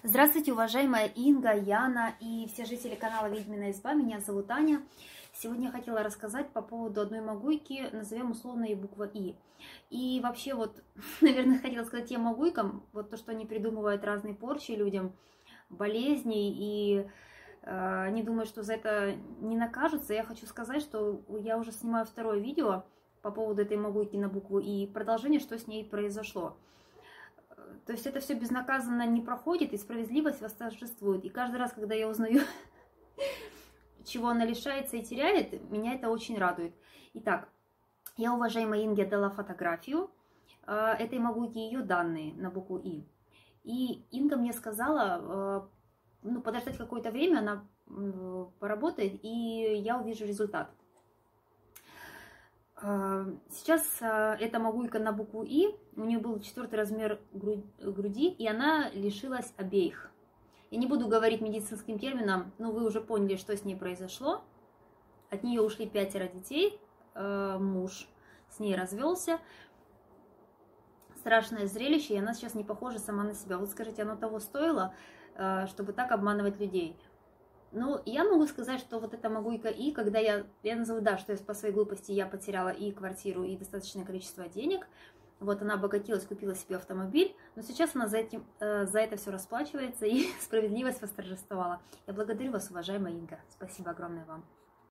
Здравствуйте, уважаемая Инга, Яна и все жители канала Ведьмина изба. Меня зовут Аня. Сегодня я хотела рассказать по поводу одной магуйки, назовем условно ей буква И. И вообще вот, наверное, хотела сказать тем магуйкам, вот то, что они придумывают разные порчи людям, болезни, и не думаю, что за это не накажутся. Я хочу сказать, что я уже снимаю второе видео по поводу этой магуйки на букву И, продолжение, что с ней произошло. То есть это все безнаказанно не проходит, и справедливость восторжествует. И каждый раз, когда я узнаю, чего она лишается и теряет, меня это очень радует. Итак, я уважаемой Инге дала фотографию этой магуйки, ее данные на букву И. И Инга мне сказала, подождать какое-то время, она поработает, и я увижу результат. Сейчас эта магуйка на букву И, у нее был 4-й размер груди, и она лишилась обеих. Я не буду говорить медицинским термином, но вы уже поняли, что с ней произошло. От нее ушли 5 детей, муж с ней развелся. Страшное зрелище, и она сейчас не похожа сама на себя. Вот скажите, оно того стоило, чтобы так обманывать людей? Ну, я могу сказать, что вот эта магуйка И, когда я назову, да, что я по своей глупости я потеряла и квартиру, и достаточное количество денег. Вот она обогатилась, купила себе автомобиль, но сейчас она за это все расплачивается, и справедливость восторжествовала. Я благодарю вас, уважаемая Инга. Спасибо огромное вам.